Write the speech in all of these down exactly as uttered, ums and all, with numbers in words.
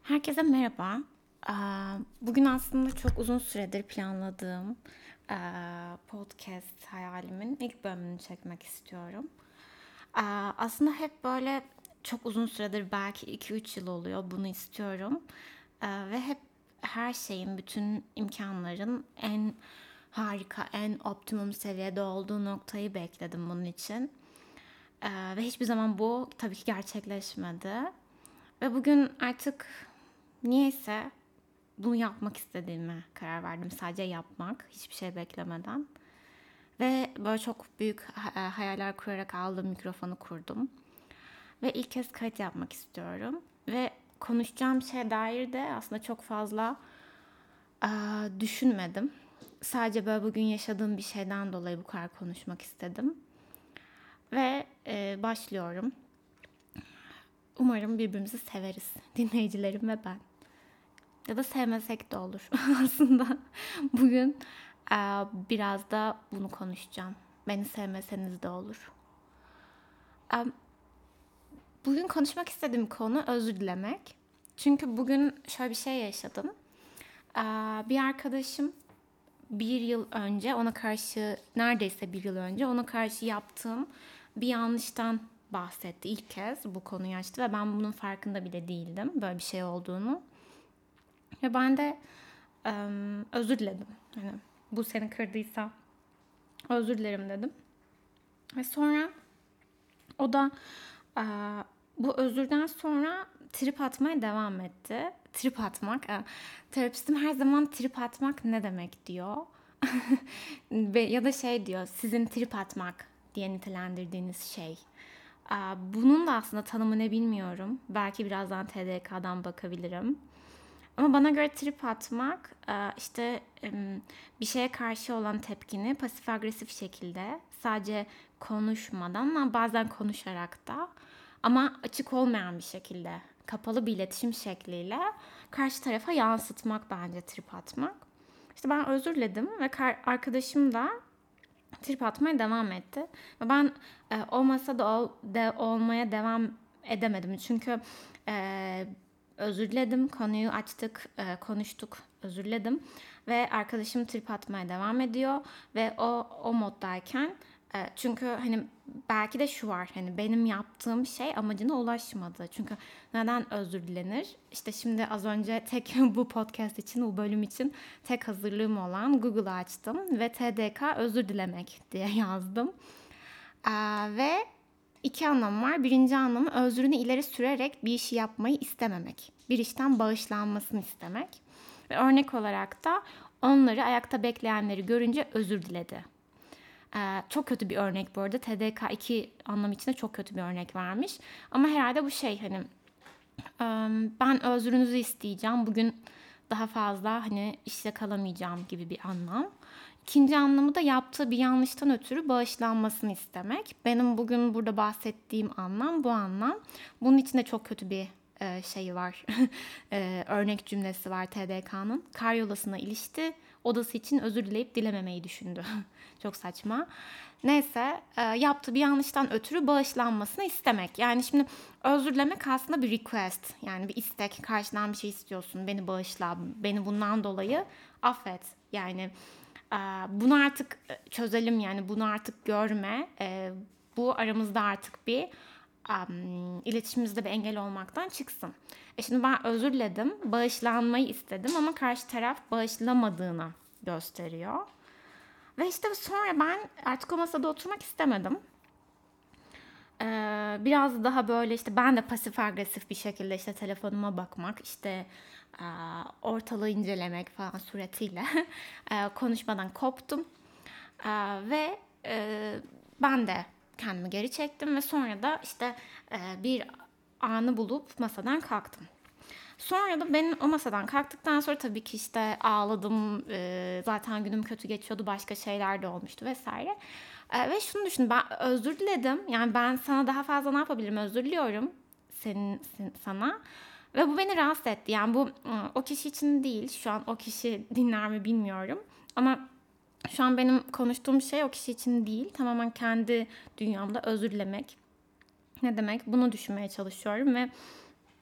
Herkese merhaba. Aaa, Bugün aslında çok uzun süredir planladığım aaa, podcast hayalimin ilk bölümünü çekmek istiyorum. Aaa, Aslında hep böyle çok uzun süredir belki iki üç yıl oluyor bunu istiyorum. Aaa, Ve hep her şeyin, bütün imkanların en harika, en optimum seviyede olduğu noktayı bekledim bunun için. Aaa, Ve hiçbir zaman bu tabii ki gerçekleşmedi. Ve bugün artık niyeyse bunu yapmak istediğime karar verdim. Sadece yapmak, hiçbir şey beklemeden. Ve böyle çok büyük ha- hayaller kurarak aldığım mikrofonu kurdum. Ve ilk kez kayıt yapmak istiyorum. Ve konuşacağım şeye dair de aslında çok fazla aa, düşünmedim. Sadece böyle bugün yaşadığım bir şeyden dolayı bu kadar konuşmak istedim. Ve e, başlıyorum. Umarım birbirimizi severiz. Dinleyicilerim ve ben. Ya da sevmesek de olur. Aslında bugün e, biraz da bunu konuşacağım. Beni sevmeseniz de olur. E, Bugün konuşmak istediğim konu özür dilemek. Çünkü bugün şöyle bir şey yaşadım. E, Bir arkadaşım bir yıl önce ona karşı, neredeyse bir yıl önce ona karşı yaptığım bir yanlıştan bahsetti. İlk kez bu konuyu açtı ve ben bunun farkında bile değildim böyle bir şey olduğunu. Ve ben de em, özür diledim. Hani bu seni kırdıysa özür dilerim dedim. Ve sonra o da e, bu özürden sonra trip atmaya devam etti. Trip atmak. E, terapistim her zaman trip atmak ne demek diyor. Ve ya da şey diyor, sizin trip atmak diye nitelendirdiğiniz şey. E, Bunun da aslında tanımı ne bilmiyorum. Belki birazdan T D K'dan bakabilirim. Ama bana göre trip atmak işte bir şeye karşı olan tepkini pasif agresif şekilde sadece konuşmadan ama bazen konuşarak da ama açık olmayan bir şekilde kapalı bir iletişim şekliyle karşı tarafa yansıtmak bence trip atmak. İşte ben özür diledim ve arkadaşım da trip atmaya devam etti. Ve ben e, o masada ol, de, olmaya devam edemedim. Çünkü e, özür diledim, konuyu açtık, e, konuştuk, özür diledim. Ve arkadaşım trip atmaya devam ediyor. Ve o o moddayken e, çünkü hani belki de şu var, hani benim yaptığım şey amacına ulaşmadı. Çünkü neden özür dilenir? İşte şimdi az önce tek bu podcast için, bu bölüm için tek hazırlığım olan Google'ı açtım ve T D K özür dilemek diye yazdım. Aa, ve iki anlamı var. Birinci anlamı özrünü ileri sürerek bir işi yapmayı istememek. Bir işten bağışlanmasını istemek. Ve örnek olarak da onları ayakta bekleyenleri görünce özür diledi. Ee, çok kötü bir örnek bu arada. T D K iki anlam içinde çok kötü bir örnek vermiş. Ama herhalde bu şey hani ben özrünüzü isteyeceğim. Bugün daha fazla hani işte kalamayacağım gibi bir anlam. İkinci anlamı da yaptığı bir yanlıştan ötürü bağışlanmasını istemek. Benim bugün burada bahsettiğim anlam bu anlam. Bunun içinde çok kötü bir e, şey var. e, örnek cümlesi var T D K'nın. Karyolasına ilişti. Odası için özür dileyip dilememeyi düşündü. Çok saçma. Neyse e, yaptığı bir yanlıştan ötürü bağışlanmasını istemek. Yani şimdi özür dilemek aslında bir request. Yani bir istek. Karşıdan bir şey istiyorsun. Beni bağışla. Beni bundan dolayı affet. Yani e, bunu artık çözelim. Yani bunu artık görme. E, bu aramızda artık bir um, iletişimimizde bir engel olmaktan çıksın. E şimdi ben özür diledim. Bağışlanmayı istedim ama karşı taraf bağışlamadığını gösteriyor. Ve işte sonra ben artık o masada oturmak istemedim. Ee, biraz daha böyle işte ben de pasif agresif bir şekilde işte telefonuma bakmak, işte e, ortalığı incelemek falan suretiyle e, konuşmadan koptum. E, ve e, ben de kendimi geri çektim ve sonra da işte e, bir anı bulup masadan kalktım. Sonra da ben o masadan kalktıktan sonra tabii ki işte ağladım. Ee, zaten günüm kötü geçiyordu. Başka şeyler de olmuştu vesaire. Ee, ve şunu düşündüm. Ben özür diledim. Yani ben sana daha fazla ne yapabilirim? Özür diliyorum senin, sen- sana. Ve bu beni rahatsız etti. Yani bu o kişi için değil. Şu an o kişi dinler mi bilmiyorum. Ama şu an benim konuştuğum şey o kişi için değil. Tamamen kendi dünyamda özür dilemek ne demek? Bunu düşünmeye çalışıyorum ve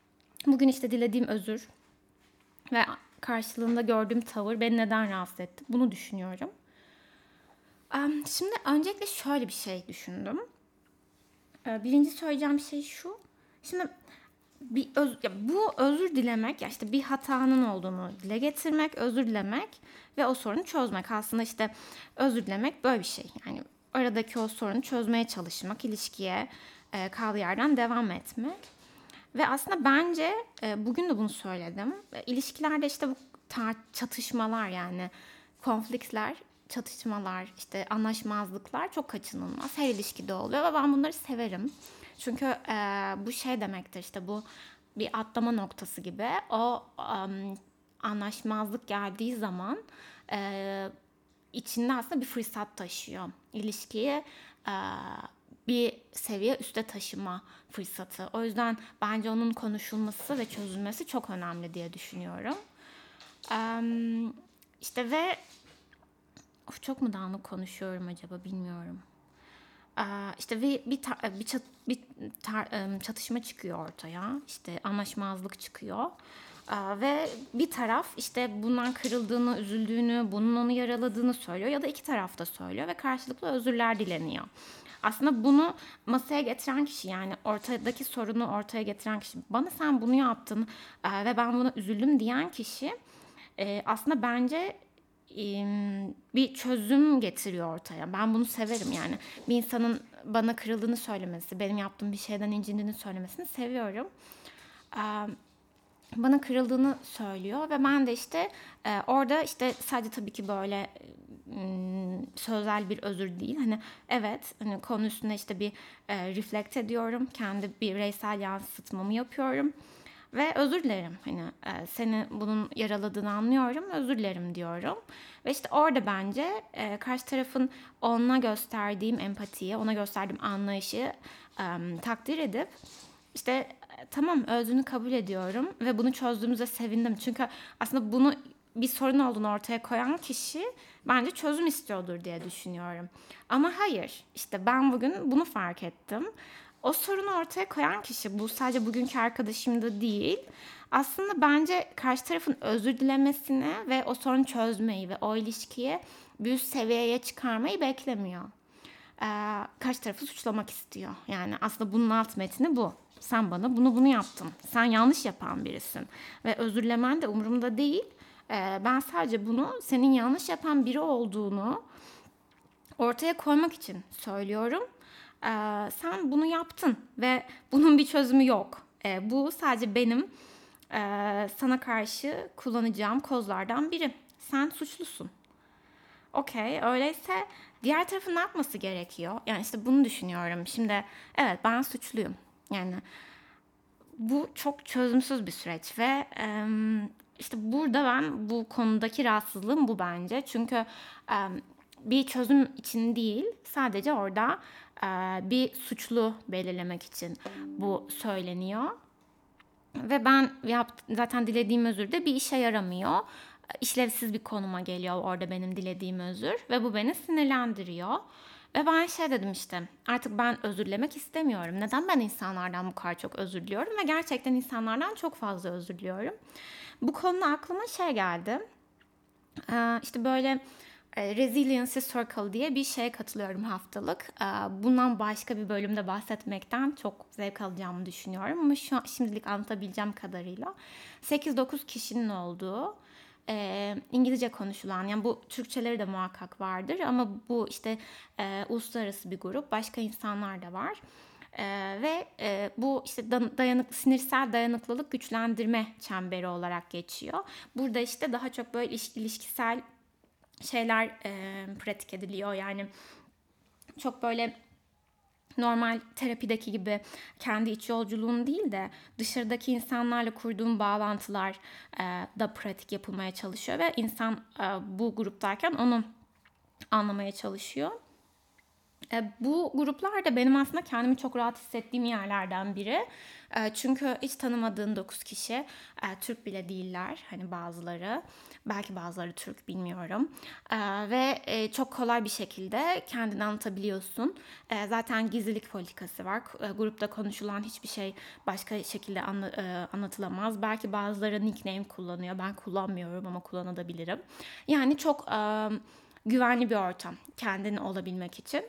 Bugün işte dilediğim özür ve karşılığında gördüğüm tavır beni neden rahatsız etti? Bunu düşünüyorum. Em, Şimdi öncelikle şöyle bir şey düşündüm. Ee, Birinci söyleyeceğim şey şu. Şimdi bir öz, ya bu özür dilemek, ya işte bir hatanın olduğunu dile getirmek, özür dilemek ve o sorunu çözmek. Aslında işte özür dilemek böyle bir şey. Yani aradaki o sorunu çözmeye çalışmak, ilişkiye e, kaldığı yerden devam etmek. Ve aslında bence e, bugün de bunu söyledim. E, İlişkilerde işte bu tar- çatışmalar, yani konfliktler, çatışmalar, işte anlaşmazlıklar çok kaçınılmaz. Her ilişkide oluyor ve ben bunları severim. Çünkü e, bu şey demektir, işte bu bir atlama noktası gibi. O em, anlaşmazlık geldiği zaman e, içinde aslında bir fırsat taşıyor. İlişkiyi e, bir seviye üste taşıma fırsatı. O yüzden bence onun konuşulması ve çözülmesi çok önemli diye düşünüyorum. Em, işte ve of, çok mu dağınık konuşuyorum acaba, bilmiyorum. Ee, işte bir bir ta- bir, çat, bir tar- çatışma çıkıyor ortaya. İşte anlaşmazlık çıkıyor. Ee, ve bir taraf işte bundan kırıldığını, üzüldüğünü, bunun onu yaraladığını söylüyor ya da iki taraf da söylüyor ve karşılıklı özürler dileniyor. Aslında bunu masaya getiren kişi, yani ortadaki sorunu ortaya getiren kişi, bana sen bunu yaptın e, ve ben buna üzüldüm diyen kişi e, aslında bence bir çözüm getiriyor ortaya. Ben bunu severim yani. Bir insanın bana kırıldığını söylemesi, benim yaptığım bir şeyden incindiğini söylemesini seviyorum. Bana kırıldığını söylüyor ve ben de işte orada işte sadece tabii ki böyle sözel bir özür değil. Hani evet, hani konu üstüne işte bir reflect ediyorum. Kendi bireysel yansıtmamı yapıyorum. Ve özür dilerim, hani e, seni bunun yaraladığını anlıyorum, özür dilerim diyorum. Ve işte orada bence e, karşı tarafın ona gösterdiğim empatiyi, ona gösterdiğim anlayışı e, takdir edip işte e, tamam, özrünü kabul ediyorum ve bunu çözdüğümüzde sevindim. Çünkü aslında bunu, bir sorun olduğunu ortaya koyan kişi bence çözüm istiyordur diye düşünüyorum. Ama hayır, işte ben bugün bunu fark ettim. O sorunu ortaya koyan kişi, bu sadece bugünkü arkadaşım da değil. Aslında bence karşı tarafın özür dilemesini ve o sorunu çözmeyi ve o ilişkiyi bir üst seviyeye çıkarmayı beklemiyor. Ee, karşı tarafı suçlamak istiyor. Yani aslında bunun alt metni bu. Sen bana bunu bunu yaptın. Sen yanlış yapan birisin. Ve özür dilemen de umurumda değil. Ee, ben sadece bunu senin yanlış yapan biri olduğunu ortaya koymak için söylüyorum. Ee, sen bunu yaptın ve bunun bir çözümü yok. Ee, bu sadece benim e, sana karşı kullanacağım kozlardan biri. Sen suçlusun. Okey, öyleyse diğer tarafın ne yapması gerekiyor? Yani işte bunu düşünüyorum. Şimdi evet, ben suçluyum. Yani bu çok çözümsüz bir süreç ve e, işte burada ben bu konudaki rahatsızlığım bu bence. Çünkü e, bir çözüm için değil, sadece orada e, bir suçlu belirlemek için bu söyleniyor. Ve ben yapt, zaten dilediğim özür de bir işe yaramıyor. İşlevsiz bir konuma geliyor orada benim dilediğim özür ve bu beni sinirlendiriyor. Ve ben şey dedim, işte artık ben özür dilemek istemiyorum. Neden ben insanlardan bu kadar çok özür diliyorum ve gerçekten insanlardan çok fazla özür diliyorum. Bu konuda aklıma şey geldi. Ee, işte böyle e, Resiliency Circle diye bir şeye katılıyorum haftalık. Ee, bundan başka bir bölümde bahsetmekten çok zevk alacağımı düşünüyorum. Ama şu an, şimdilik anlatabileceğim kadarıyla sekiz dokuz kişinin olduğu, e, İngilizce konuşulan, yani bu Türkçeleri de muhakkak vardır ama bu işte e, uluslararası bir grup, başka insanlar da var. Ee, ve e, bu işte dayanıklı, sinirsel dayanıklılık güçlendirme çemberi olarak geçiyor. Burada işte daha çok böyle iliş, ilişkisel şeyler e, pratik ediliyor. Yani çok böyle normal terapideki gibi kendi iç yolculuğun değil de dışarıdaki insanlarla kurduğun bağlantılar e, da pratik yapılmaya çalışıyor ve insan e, bu gruptayken onu anlamaya çalışıyor. E, bu gruplar da benim aslında kendimi çok rahat hissettiğim yerlerden biri. E, çünkü hiç tanımadığın dokuz kişi, e, Türk bile değiller hani bazıları. Belki bazıları Türk, bilmiyorum. E, ve e, çok kolay bir şekilde kendini anlatabiliyorsun. E, zaten gizlilik politikası var. E, grupta konuşulan hiçbir şey başka şekilde anla- e, anlatılamaz. Belki bazıları nickname kullanıyor. Ben kullanmıyorum ama kullanabilirim. Yani çok e, güvenli bir ortam kendini olabilmek için.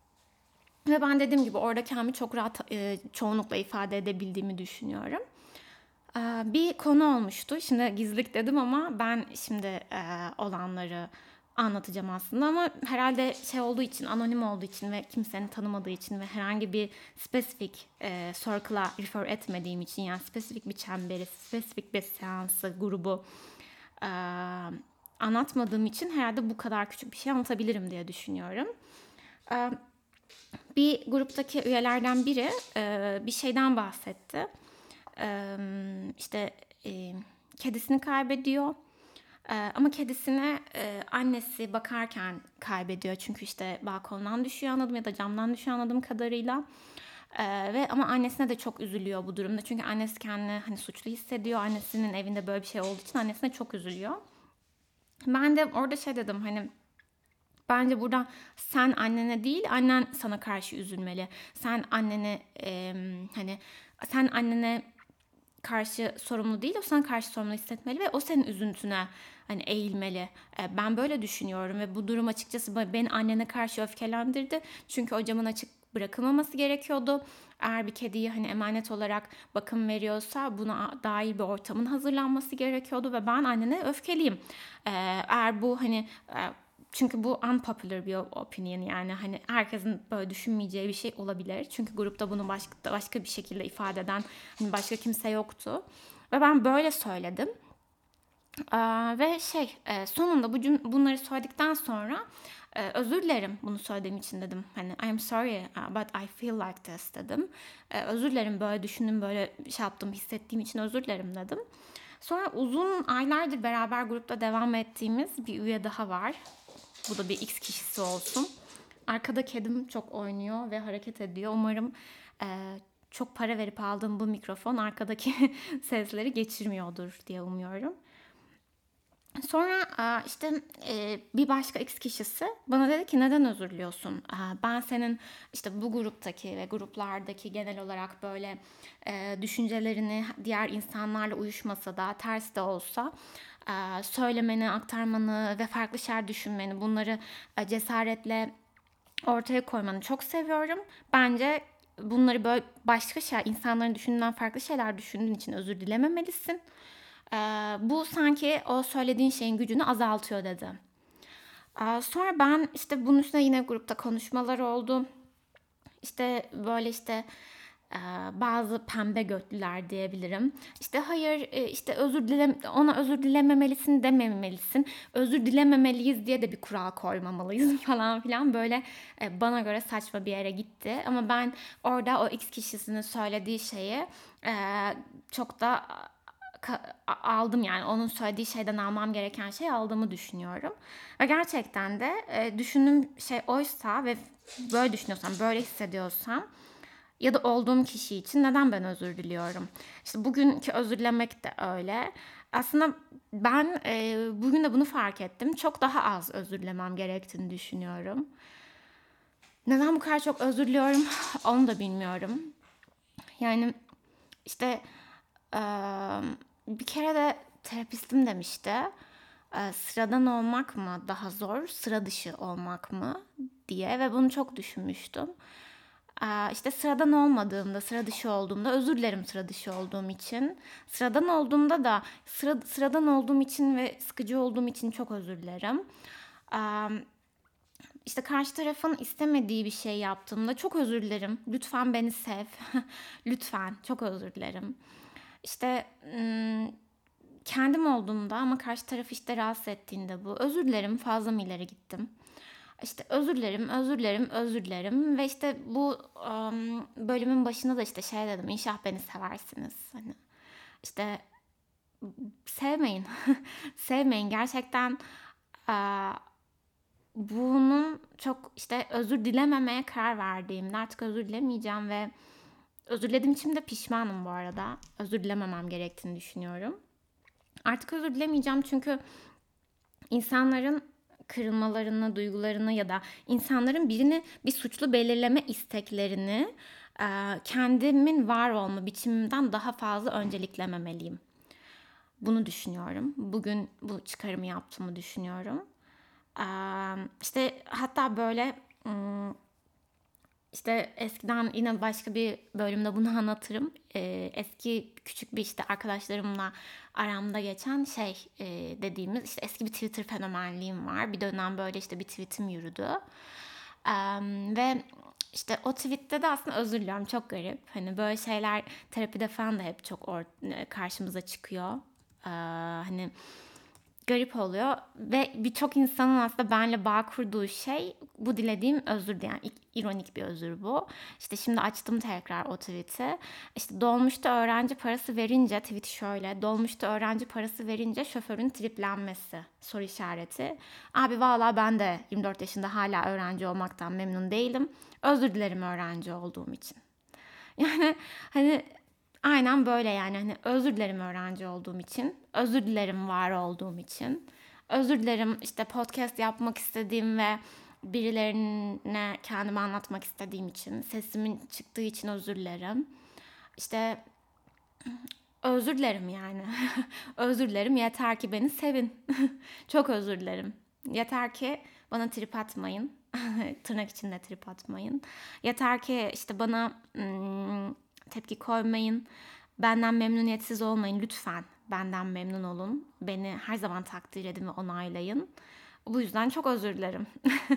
Ve ben dediğim gibi orada kendimi çok rahat e, çoğunlukla ifade edebildiğimi düşünüyorum. E, bir konu olmuştu. Şimdi gizlilik dedim ama ben şimdi e, olanları anlatacağım aslında, ama herhalde şey olduğu için, anonim olduğu için ve kimsenin tanımadığı için ve herhangi bir spesifik e, circle'a refer etmediğim için, yani spesifik bir çemberi, spesifik bir seansı, grubu e, anlatmadığım için herhalde bu kadar küçük bir şey anlatabilirim diye düşünüyorum. E, Bir gruptaki üyelerden biri e, bir şeyden bahsetti. E, işte e, kedisini kaybediyor. E, ama kedisine e, annesi bakarken kaybediyor. Çünkü işte balkondan düşüyor anladım, ya da camdan düşüyor anladığım kadarıyla. E, ve ama annesine de çok üzülüyor bu durumda. Çünkü annesi kendini hani suçlu hissediyor. Annesinin evinde böyle bir şey olduğu için annesine çok üzülüyor. Ben de orada şey dedim, hani bence burada sen annene değil, annen sana karşı üzülmeli. Sen annene e, hani sen annene karşı sorumlu değil, o sana karşı sorumlu hissetmeli ve o senin üzüntüne hani eğilmeli. E, ben böyle düşünüyorum ve bu durum açıkçası beni annene karşı öfkelendirdi. Çünkü o camın açık bırakılmaması gerekiyordu. Eğer bir kediyi hani emanet olarak bakım veriyorsa buna dair bir ortamın hazırlanması gerekiyordu ve ben annene öfkeliyim. E, eğer bu hani e, çünkü bu unpopular bir opinion, yani hani herkesin böyle düşünmeyeceği bir şey olabilir. Çünkü grupta bunu başka, başka bir şekilde ifade eden hani başka kimse yoktu. Ve ben böyle söyledim. Ee, ve şey e, sonunda bu cüm- bunları söyledikten sonra e, özür dilerim bunu söylediğim için dedim. Hani I am sorry uh, but I feel like this dedim. E, özür dilerim, böyle düşündüm, böyle şey yaptım, hissettiğim için özür dilerim dedim. Sonra uzun aylardır beraber grupta devam ettiğimiz bir üye daha var. Bu da bir X kişisi olsun. Arkada kedim çok oynuyor ve hareket ediyor. Umarım e, çok para verip aldığım bu mikrofon arkadaki sesleri geçirmiyordur diye umuyorum. Sonra işte bir başka X kişisi bana dedi ki neden özür diliyorsun? Ben senin işte bu gruptaki ve gruplardaki genel olarak böyle düşüncelerini diğer insanlarla uyuşmasa da, ters de olsa söylemeni, aktarmanı ve farklı şeyler düşünmeni, bunları cesaretle ortaya koymanı çok seviyorum. Bence bunları böyle başka şey, insanların düşündüğünden farklı şeyler düşündüğün için özür dilememelisin. Ee, bu sanki o söylediğin şeyin gücünü azaltıyor dedi. Ee, sonra ben işte bunun üstüne yine grupta konuşmalar oldu. İşte böyle işte e, bazı pembe götlüler diyebilirim. İşte hayır e, işte özür dile ona özür dilememelisin dememelisin. Özür dilememeliyiz diye de bir kural koymamalıyız falan filan, böyle e, bana göre saçma bir yere gitti. Ama ben orada o X kişisinin söylediği şeyi e, çok da aldım, yani onun söylediği şeyden almam gereken şey aldığımı düşünüyorum. Ve gerçekten de e, düşündüğüm şey oysa ve böyle düşünüyorsam, böyle hissediyorsam ya da olduğum kişi için neden ben özür diliyorum? İşte bugünkü özür dilemek de öyle. Aslında ben e, bugün de bunu fark ettim. Çok daha az özür dilemem gerektiğini düşünüyorum. Neden bu kadar çok özür diliyorum onu da bilmiyorum. Yani işte e, bir kere de terapistim demişti. E, sıradan olmak mı daha zor, sıra dışı olmak mı diye, ve bunu çok düşünmüştüm. E, işte sıradan olmadığımda, sıra dışı olduğumda özür dilerim, sıra dışı olduğum için. Sıradan olduğumda da sıra, sıradan olduğum için ve sıkıcı olduğum için çok özür dilerim. E, işte karşı tarafın istemediği bir şey yaptığımda çok özür dilerim. Lütfen beni sev. Lütfen, çok özür dilerim. İşte kendim olduğumda ama karşı tarafı işte rahatsız ettiğinde bu. Özür dilerim, fazla mı ileri gittim? İşte özür dilerim, özür dilerim, özür dilerim. Ve işte bu um, bölümün başında da işte şey dedim. İnşallah beni seversiniz. Hani işte sevmeyin. Sevmeyin. Gerçekten uh, bunun çok işte özür dilememeye karar verdiğimde artık özür dilemeyeceğim ve özür dilediğim için de pişmanım bu arada. Özür dilememem gerektiğini düşünüyorum. Artık özür dilemeyeceğim çünkü insanların kırılmalarını, duygularını ya da insanların birini bir suçlu belirleme isteklerini e, kendimin var olma biçimimden daha fazla önceliklememeliyim. Bunu düşünüyorum. Bugün bu çıkarımı yaptığımı düşünüyorum. E, işte hatta böyle işte eskiden yine başka bir bölümde bunu anlatırım. Ee, eski küçük bir işte arkadaşlarımla aramda geçen şey e, dediğimiz işte eski bir Twitter fenomenliğim var. Bir dönem böyle işte bir tweetim yürüdü. Ee, ve işte o tweette de aslında özür diliyorum. Çok garip. Hani böyle şeyler terapide falan da hep çok or- karşımıza çıkıyor. Ee, hani garip oluyor ve birçok insanın aslında benimle bağ kurduğu şey bu dilediğim özür, yani ironik bir özür bu. İşte şimdi açtım tekrar o tweet'i. İşte dolmuşta öğrenci parası verince, tweet şöyle: dolmuşta öğrenci parası verince şoförün triplenmesi soru işareti. Abi vallahi ben de yirmi dört yaşında hala öğrenci olmaktan memnun değilim. Özür dilerim öğrenci olduğum için. Yani hani aynen böyle, yani hani özür dilerim öğrenci olduğum için, özür dilerim var olduğum için, özür dilerim işte podcast yapmak istediğim ve birilerine kendimi anlatmak istediğim için, sesimin çıktığı için özür dilerim. İşte özür dilerim yani. Özür dilerim, yeter ki beni sevin. Çok özür dilerim. Yeter ki bana trip atmayın. Tırnak içinde trip atmayın. Yeter ki işte bana hmm, tepki koymayın. Benden memnuniyetsiz olmayın lütfen. Benden memnun olun. Beni her zaman takdir edin ve onaylayın. Bu yüzden çok özür dilerim.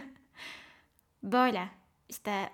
Böyle işte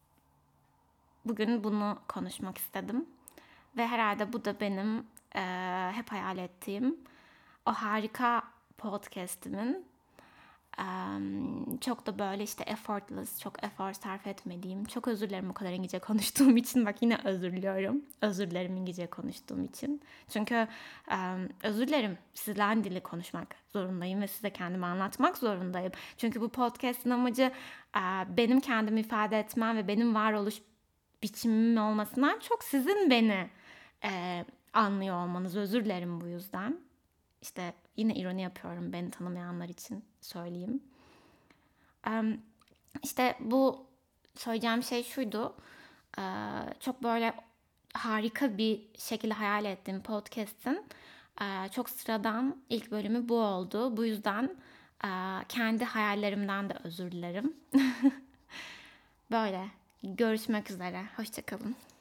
bugün bunu konuşmak istedim. Ve herhalde bu da benim e, hep hayal ettiğim o harika podcast'imin e, çok da böyle işte effortless, çok efor sarf etmediğim, çok özür dilerim o kadar İngilizce konuştuğum için. Bak yine özür diliyorum. Özür dilerim İngilizce konuştuğum için. Çünkü e, özür dilerim, sizle aynı dili konuşmak zorundayım ve size kendimi anlatmak zorundayım. Çünkü bu podcast'in amacı e, benim kendimi ifade etmem ve benim varoluş biçimim olmasından çok sizin beni e, anlıyor olmanız. Özür dilerim bu yüzden. İşte yine ironi yapıyorum, beni tanımayanlar için söyleyeyim. E, işte bu söyleyeceğim şey şuydu. E, çok böyle harika bir şekilde hayal ettiğim podcast'in e, çok sıradan ilk bölümü bu oldu. Bu yüzden e, kendi hayallerimden de özür dilerim. Böyle. Görüşmek üzere. Hoşça kalın.